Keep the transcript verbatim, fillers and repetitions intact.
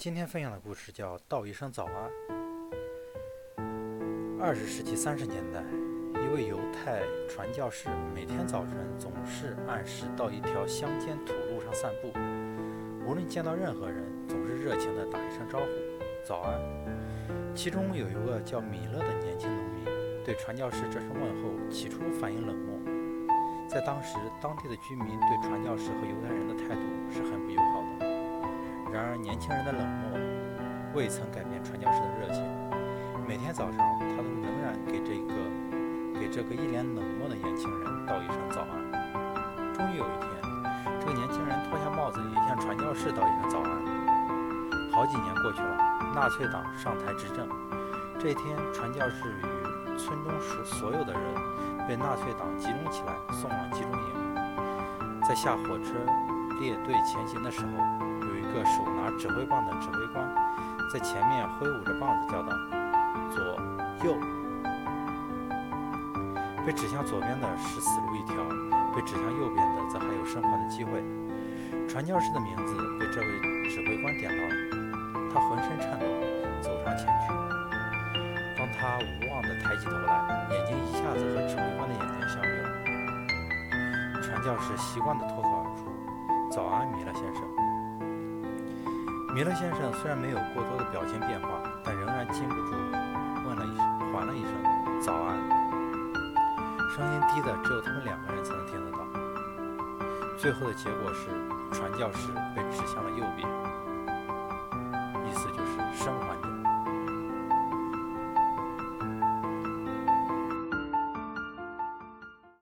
今天分享的故事叫道一声早安。二十世纪三十年代，一位犹太传教士每天早晨总是按时到一条乡间土路上散步，无论见到任何人，总是热情地打一声招呼，早安。其中有一个叫米勒的年轻农民，对传教士这声问候起初反应冷漠。在当时，当地的居民对传教士和犹太人的态度是很不友好的。然而，年轻人的冷漠未曾改变传教士的热情。每天早上，他都仍然给这个给这个一脸冷漠的年轻人道一声早安。终于有一天，这个年轻人脱下帽子，也向传教士道一声早安。好几年过去了，纳粹党上台执政。这一天，传教士与村中所有的人被纳粹党集中起来，送往集中营。在下火车列队前行的时候，有一个手拿指挥棒的指挥官在前面挥舞着棒子叫道：左右。被指向左边的是死路一条，被指向右边的则还有生还的机会。传教士的名字被这位指挥官点到了，他浑身颤抖，走上前去。当他无望地抬起头来，眼睛一下子和指挥官的眼睛相遇了。传教士习惯地脱口而出：早安，米勒先生。米勒先生虽然没有过多的表情变化，但仍然禁不住问了一声，还了一声早安，声音低的只有他们两个人才能听得到。最后的结果是，传教士被指向了右边。